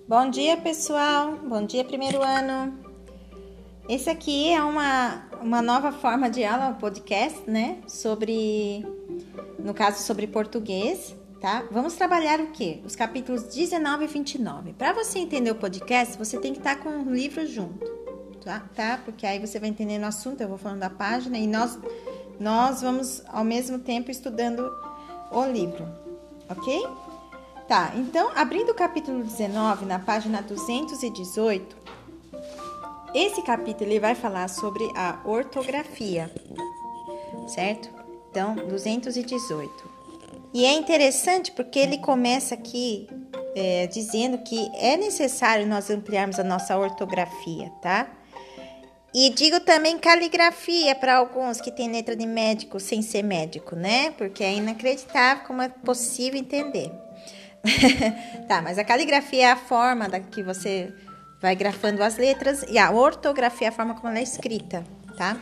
Bom dia, pessoal. Bom dia, primeiro ano. Esse aqui é uma nova forma de aula, um podcast, né? No caso, sobre português, tá? Vamos trabalhar o quê? Os capítulos 19 e 29. Para você entender o podcast, você tem que estar com o livro junto, tá? Porque aí você vai entendendo o assunto, eu vou falando da página e nós vamos, ao mesmo tempo, estudando o livro, ok? Tá, então, abrindo o capítulo 19, na página 218, esse capítulo ele vai falar sobre a ortografia, certo? Então, 218. E é interessante porque ele começa aqui dizendo que é necessário nós ampliarmos a nossa ortografia, tá? E digo também caligrafia para alguns que têm letra de médico sem ser médico, né? Porque é inacreditável como é possível entender. Tá, mas a caligrafia é a forma que você vai grafando as letras e a ortografia é a forma como ela é escrita, tá?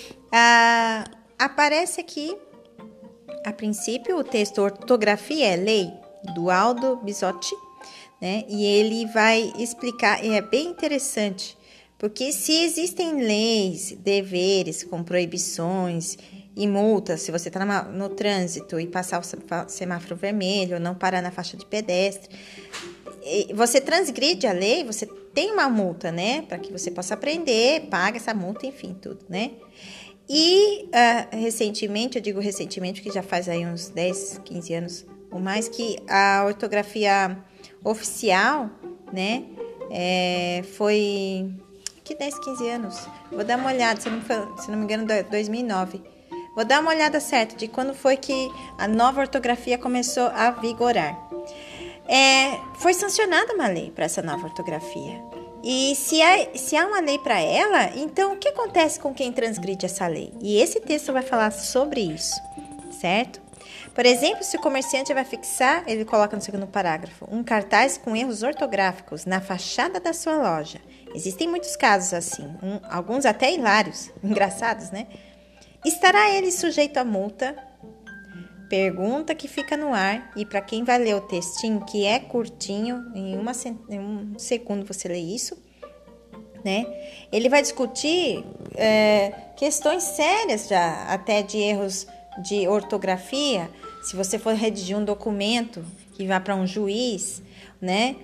Aparece aqui, a princípio, o texto Ortografia é Lei, do Aldo Bisotti, né? E ele vai explicar, e é bem interessante, porque se existem leis, deveres com proibições e multas, se você está no trânsito e passar o semáforo vermelho, ou não parar na faixa de pedestre, você transgride a lei, você tem uma multa, né? Para que você possa aprender, paga essa multa, enfim, tudo, né? E recentemente, eu digo recentemente, que já faz aí uns 10, 15 anos ou mais, que a ortografia oficial, né? Foi... Que 10, 15 anos? Vou dar uma olhada, se não me engano, 2009. Vou dar uma olhada certa de quando foi que a nova ortografia começou a vigorar. Foi sancionada uma lei para essa nova ortografia. E se há uma lei para ela, então o que acontece com quem transgride essa lei? E esse texto vai falar sobre isso, certo? Por exemplo, se o comerciante vai fixar, ele coloca no segundo parágrafo, um cartaz com erros ortográficos na fachada da sua loja. Existem muitos casos assim, alguns até hilários, engraçados, né? Estará ele sujeito a multa? Pergunta que fica no ar, e para quem vai ler o textinho, que é curtinho, em um segundo você lê isso, né? Ele vai discutir questões sérias já, até de erros de ortografia. Se você for redigir um documento que vá para um juiz, né?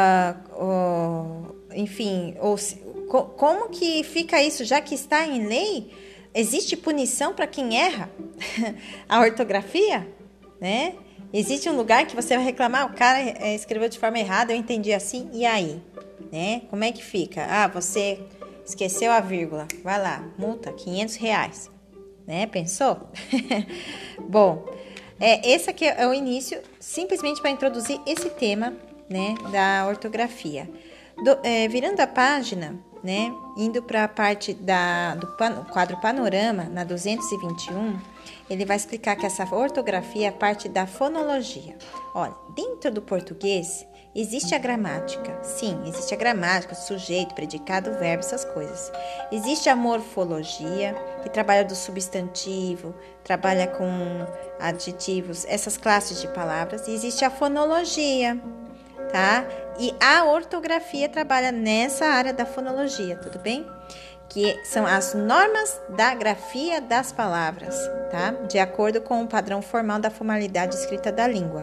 Enfim, como que fica isso, já que está em lei? Existe punição para quem erra a ortografia, né? Existe um lugar que você vai reclamar, o cara escreveu de forma errada, eu entendi assim, e aí? Né? Como é que fica? Você esqueceu a vírgula, vai lá, multa, R$500, né? Pensou? Bom, esse aqui é o início, simplesmente para introduzir esse tema, né, da ortografia. Virando a página, né, indo para a parte do quadro Panorama, na 221, ele vai explicar que essa ortografia é parte da fonologia. Olha, dentro do português existe a gramática. Sim, existe a gramática, sujeito, predicado, verbo, essas coisas. Existe a morfologia, que trabalha do substantivo, trabalha com adjetivos, essas classes de palavras. E existe a fonologia, tá? E a ortografia trabalha nessa área da fonologia, tudo bem? Que são as normas da grafia das palavras, tá? De acordo com o padrão formal da formalidade escrita da língua.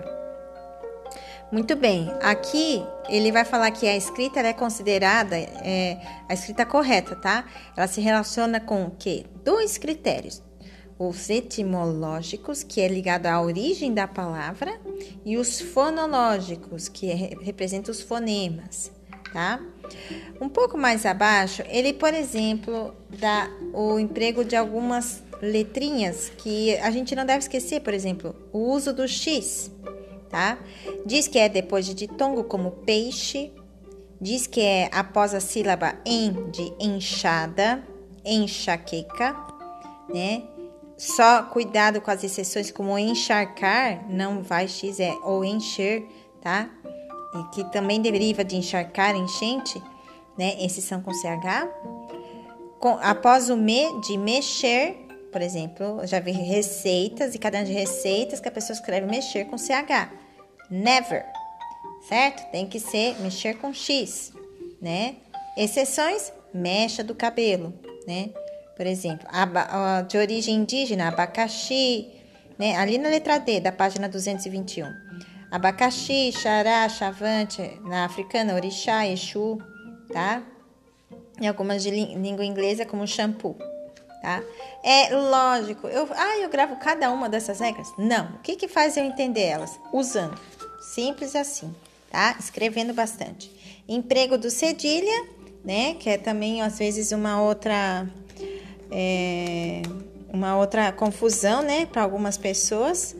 Muito bem, aqui ele vai falar que a escrita ela é considerada a escrita correta, tá? Ela se relaciona com o quê? 2 critérios. Os etimológicos, que é ligado à origem da palavra, e os fonológicos, que representam os fonemas, tá? Um pouco mais abaixo, ele, por exemplo, dá o emprego de algumas letrinhas que a gente não deve esquecer, por exemplo, o uso do X, tá? Diz que é depois de ditongo, como peixe, diz que é após a sílaba em, de enxada, enxaqueca, né? Só cuidado com as exceções como encharcar, não vai X, ou encher, tá? E que também deriva de encharcar, enchente, né? Esses são com CH. Após o me, de mexer, por exemplo, eu já vi receitas e caderno de receitas que a pessoa escreve mexer com CH. Never. certo? Tem que ser mexer com X, né? Exceções, mecha do cabelo, né? Por exemplo, de origem indígena, abacaxi, né? Ali na letra D, da página 221. Abacaxi, xará, chavante, na africana, orixá, exu, tá? Em algumas de língua inglesa, como shampoo, tá? É lógico, eu gravo cada uma dessas regras? Não. O que faz eu entender elas? Usando. Simples assim, tá? Escrevendo bastante. Emprego do cedilha, né? Que é também, às vezes, uma outra confusão, né? Para algumas pessoas.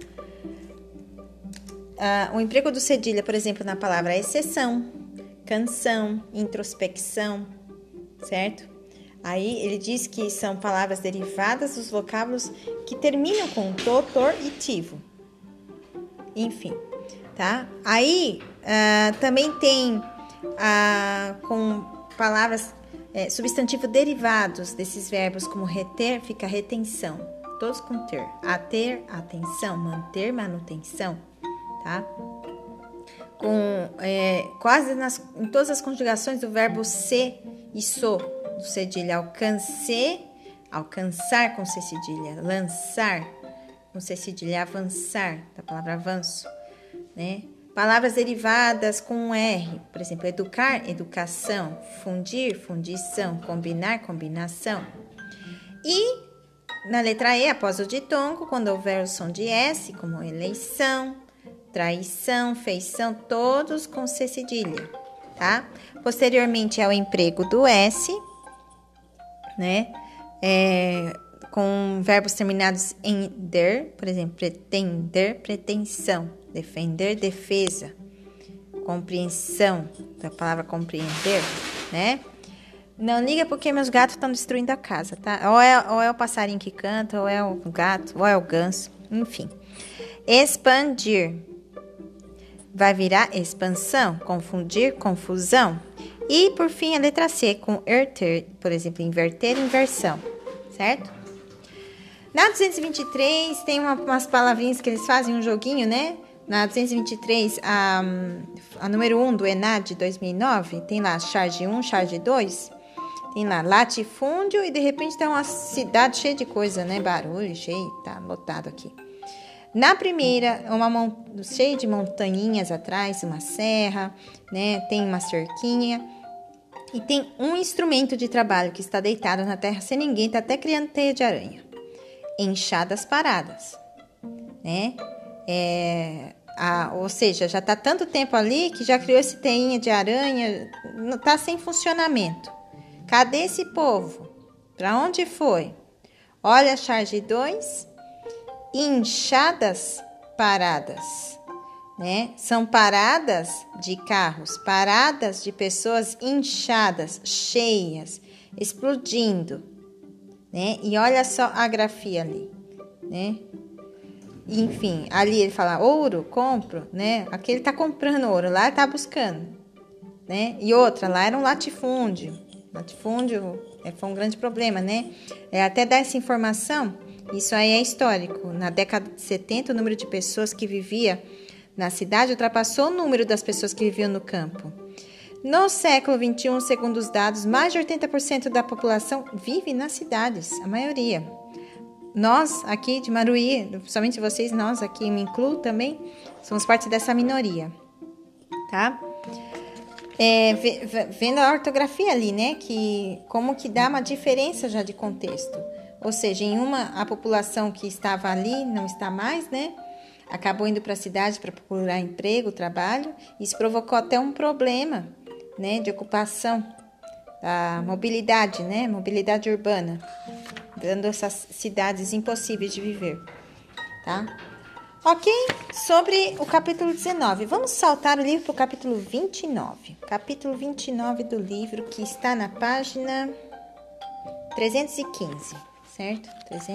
O emprego do cedilha, por exemplo, na palavra exceção, canção, introspecção, certo? Aí ele diz que são palavras derivadas dos vocábulos que terminam com totor e tivo. Enfim, tá? Aí também tem com palavras, substantivo derivados desses verbos, como reter, fica retenção. Todos com ter. Ater, atenção, manter, manutenção. Tá? Com quase em todas as conjugações do verbo ser e sou, do cedilha, alcançar com C cedilha, lançar com C cedilha, avançar, da palavra avanço, né? Palavras derivadas com um R, por exemplo, educar, educação, fundir, fundição, combinar, combinação. E na letra E, após o ditongo, quando houver o som de S, como eleição, traição, feição, todos com C cedilha, tá? Posteriormente é o emprego do S, né? Com verbos terminados em der, por exemplo, pretender, pretensão, defender, defesa, compreensão, da palavra compreender, né? Não liga porque meus gatos estão destruindo a casa, tá? Ou é o passarinho que canta, ou é o gato, ou é o ganso, enfim. Expandir. Vai virar expansão, confundir, confusão. E, por fim, a letra C, com erter, por exemplo, inverter, inversão, certo? Na 223, tem umas palavrinhas que eles fazem um joguinho, né? Na 223, a número 1 do ENAD 2009, tem lá charge 1, charge 2, tem lá latifúndio e, de repente, tem uma cidade cheia de coisa, né? Barulho, cheio, tá lotado aqui. Na primeira, cheia de montanhinhas atrás, uma serra, né? Tem uma cerquinha e tem um instrumento de trabalho que está deitado na terra sem ninguém, está até criando teia de aranha. Enxadas paradas, né? Ou seja, já está tanto tempo ali que já criou esse teinha de aranha, não está sem funcionamento. Cadê esse povo? Para onde foi? Olha a charge 2. Enxadas paradas, né? São paradas de carros, paradas de pessoas inchadas, cheias, explodindo, né? E olha só a grafia ali, né? Enfim, ali ele fala ouro, compro, né? Aqui ele tá comprando ouro, lá ele tá buscando, né? E outra, lá era um latifúndio. Latifúndio foi um grande problema, né? Até dar essa informação. Isso aí é histórico. Na década de 70, o número de pessoas que vivia na cidade ultrapassou o número das pessoas que viviam no campo. No século XXI, segundo os dados, mais de 80% da população vive nas cidades, a maioria. Nós aqui de Maruí, somente vocês, nós aqui, me incluo também, somos parte dessa minoria, tá? Vendo a ortografia ali, né? Como que dá uma diferença já de contexto. Ou seja, em uma, a população que estava ali não está mais, né? Acabou indo para a cidade para procurar emprego, trabalho. Isso provocou até um problema, né? De ocupação, a mobilidade, né? Mobilidade urbana, dando essas cidades impossíveis de viver, tá? Ok? Sobre o capítulo 19. Vamos saltar o livro para o capítulo 29. Capítulo 29 do livro, que está na página 315. Certo?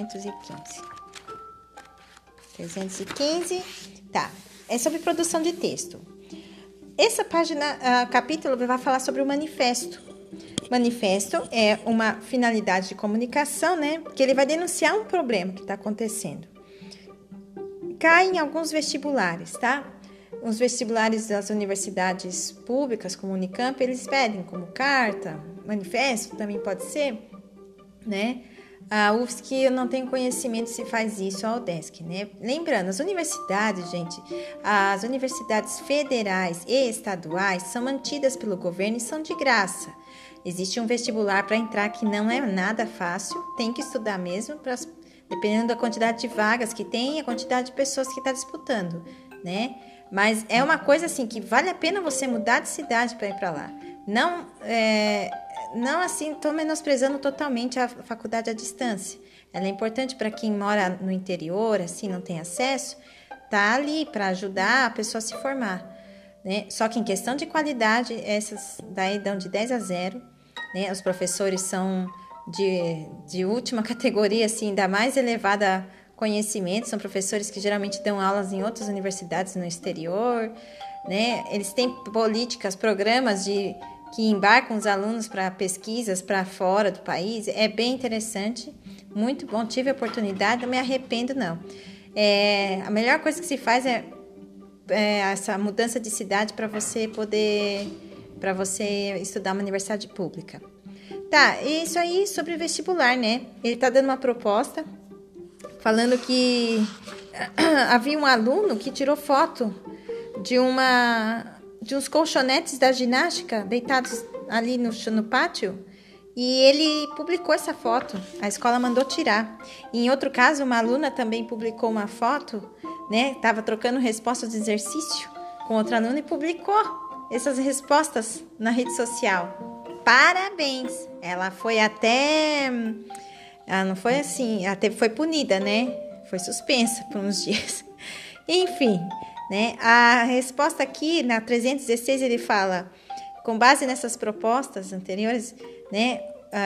315, tá. É sobre produção de texto. Essa página, capítulo, vai falar sobre o manifesto. Manifesto é uma finalidade de comunicação, né? Que ele vai denunciar um problema que está acontecendo. Cai em alguns vestibulares, tá? os vestibulares das universidades públicas, como o Unicamp, eles pedem como carta, manifesto, também pode ser, né? A UFSC, eu não tenho conhecimento se faz isso, a UDESC, né? Lembrando, as universidades, gente, as universidades federais e estaduais são mantidas pelo governo e são de graça. Existe um vestibular para entrar que não é nada fácil, tem que estudar mesmo, dependendo da quantidade de vagas que tem e a quantidade de pessoas que está disputando, né? Mas é uma coisa assim que vale a pena você mudar de cidade para ir para lá. Não assim, estou menosprezando totalmente a faculdade à distância. Ela é importante para quem mora no interior, assim, não tem acesso, tá ali para ajudar a pessoa a se formar, né? Só que em questão de qualidade, essas daí dão de 10 a 0, né? Os professores são de última categoria, assim, da mais elevada conhecimento, são professores que geralmente dão aulas em outras universidades no exterior, né? Eles têm políticas, programas que embarcam os alunos para pesquisas para fora do país. É bem interessante, muito bom, tive a oportunidade, não me arrependo não. A melhor coisa que se faz é essa mudança de cidade para você estudar uma universidade pública. Tá, isso aí sobre vestibular, né? Ele tá dando uma proposta falando que havia um aluno que tirou foto de uns colchonetes da ginástica deitados ali no pátio e ele publicou essa foto. A escola mandou tirar. E em outro caso, uma aluna também publicou uma foto, né? Tava trocando respostas de exercício com outra aluna e publicou essas respostas na rede social. Parabéns! Ela foi ela não foi assim, foi punida, né? Foi suspensa por uns dias. Enfim, né? A resposta aqui na 316 ele fala, com base nessas propostas anteriores, né?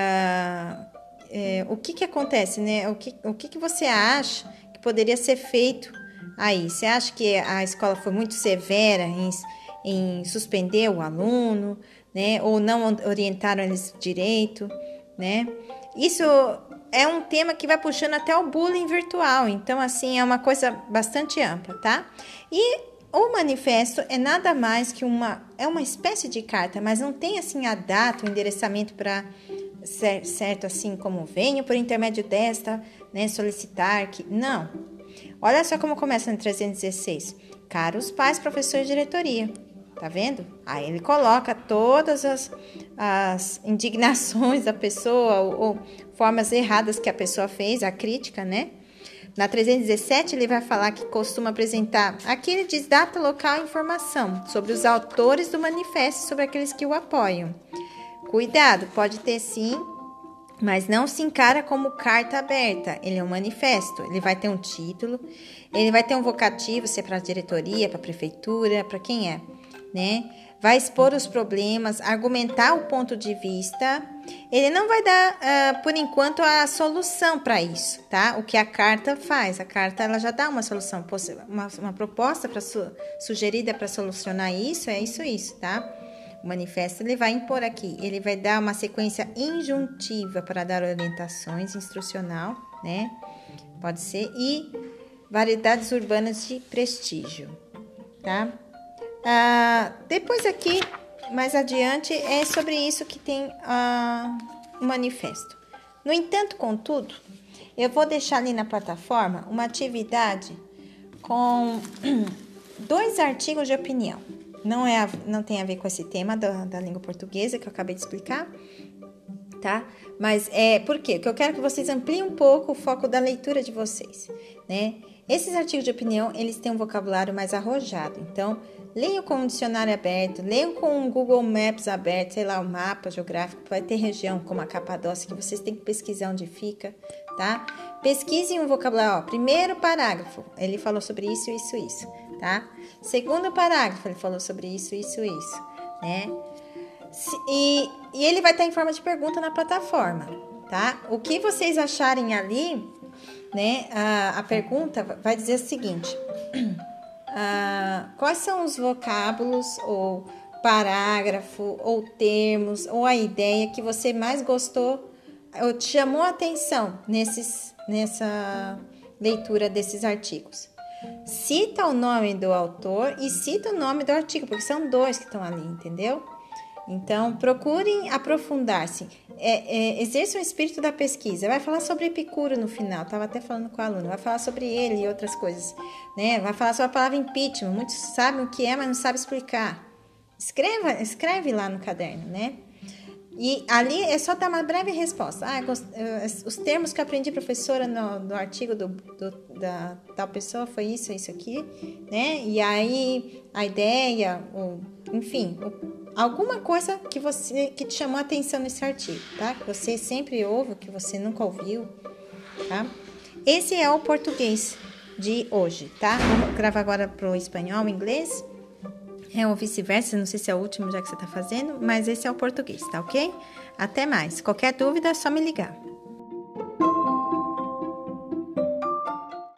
O que acontece, né? O que você acha que poderia ser feito aí? Você acha que a escola foi muito severa em suspender o aluno, né? Ou não orientaram eles direito, né? Isso é um tema que vai puxando até o bullying virtual. Então, assim, é uma coisa bastante ampla, tá? E o manifesto é nada mais que uma espécie de carta, mas não tem, assim, a data, o endereçamento para certo, assim, como venho por intermédio desta, né, solicitar que... Não. Olha só como começa no 316. Caros pais, professores e diretoria. Tá vendo? Aí ele coloca todas as indignações da pessoa ou formas erradas que a pessoa fez, a crítica, né? Na 317 ele vai falar que costuma apresentar, aqui ele diz data, local e informação sobre os autores do manifesto, sobre aqueles que o apoiam. Cuidado, pode ter sim, mas não se encara como carta aberta. Ele é um manifesto, ele vai ter um título, ele vai ter um vocativo, se é para a diretoria, para a prefeitura, para quem é, né? Vai expor os problemas, argumentar o ponto de vista. Ele não vai dar, por enquanto, a solução para isso, tá? O que a carta faz. A carta ela já dá uma solução, uma proposta sugerida para solucionar isso, isso, tá? O manifesto ele vai impor aqui. Ele vai dar uma sequência injuntiva para dar orientações instrucional, né? Pode ser. E variedades urbanas de prestígio, tá? Depois aqui, mais adiante, é sobre isso que tem o manifesto. No entanto, contudo, eu vou deixar ali na plataforma uma atividade com 2 artigos de opinião. Não tem a ver com esse tema da língua portuguesa que eu acabei de explicar, tá? Mas por quê? Porque eu quero que vocês ampliem um pouco o foco da leitura de vocês, né? Esses artigos de opinião, eles têm um vocabulário mais arrojado, então leiam com um dicionário aberto, leiam com o Google Maps aberto, sei lá, o mapa geográfico, vai ter região como a Capadócia que vocês têm que pesquisar onde fica, tá? Pesquisem o vocabulário, primeiro parágrafo, ele falou sobre isso, tá? Segundo parágrafo, ele falou sobre isso, né? E ele vai estar em forma de pergunta na plataforma, tá? O que vocês acharem ali, né? A pergunta vai dizer o seguinte... quais são os vocábulos ou parágrafo ou termos ou a ideia que você mais gostou ou te chamou a atenção nessa leitura desses artigos, cita o nome do autor e cita o nome do artigo, porque são dois que estão ali, entendeu? Então, procurem aprofundar-se. Exerça o espírito da pesquisa. Vai falar sobre Epicuro no final. Estava até falando com o aluno. Vai falar sobre ele e outras coisas. Né? Vai falar sobre a palavra impeachment. Muitos sabem o que é, mas não sabem explicar. Escreve lá no caderno, né? E ali é só dar uma breve resposta. Os termos que eu aprendi, professora, no artigo da tal pessoa foi isso aqui, né? E aí a ideia, enfim, alguma coisa que te chamou a atenção nesse artigo, tá? Que você sempre ouve, que você nunca ouviu, tá? Esse é o português de hoje, tá? Vou gravar agora pro espanhol, inglês. Ou vice-versa, não sei se é o último já que você tá fazendo, mas esse é o português, tá ok? Até mais. Qualquer dúvida é só me ligar.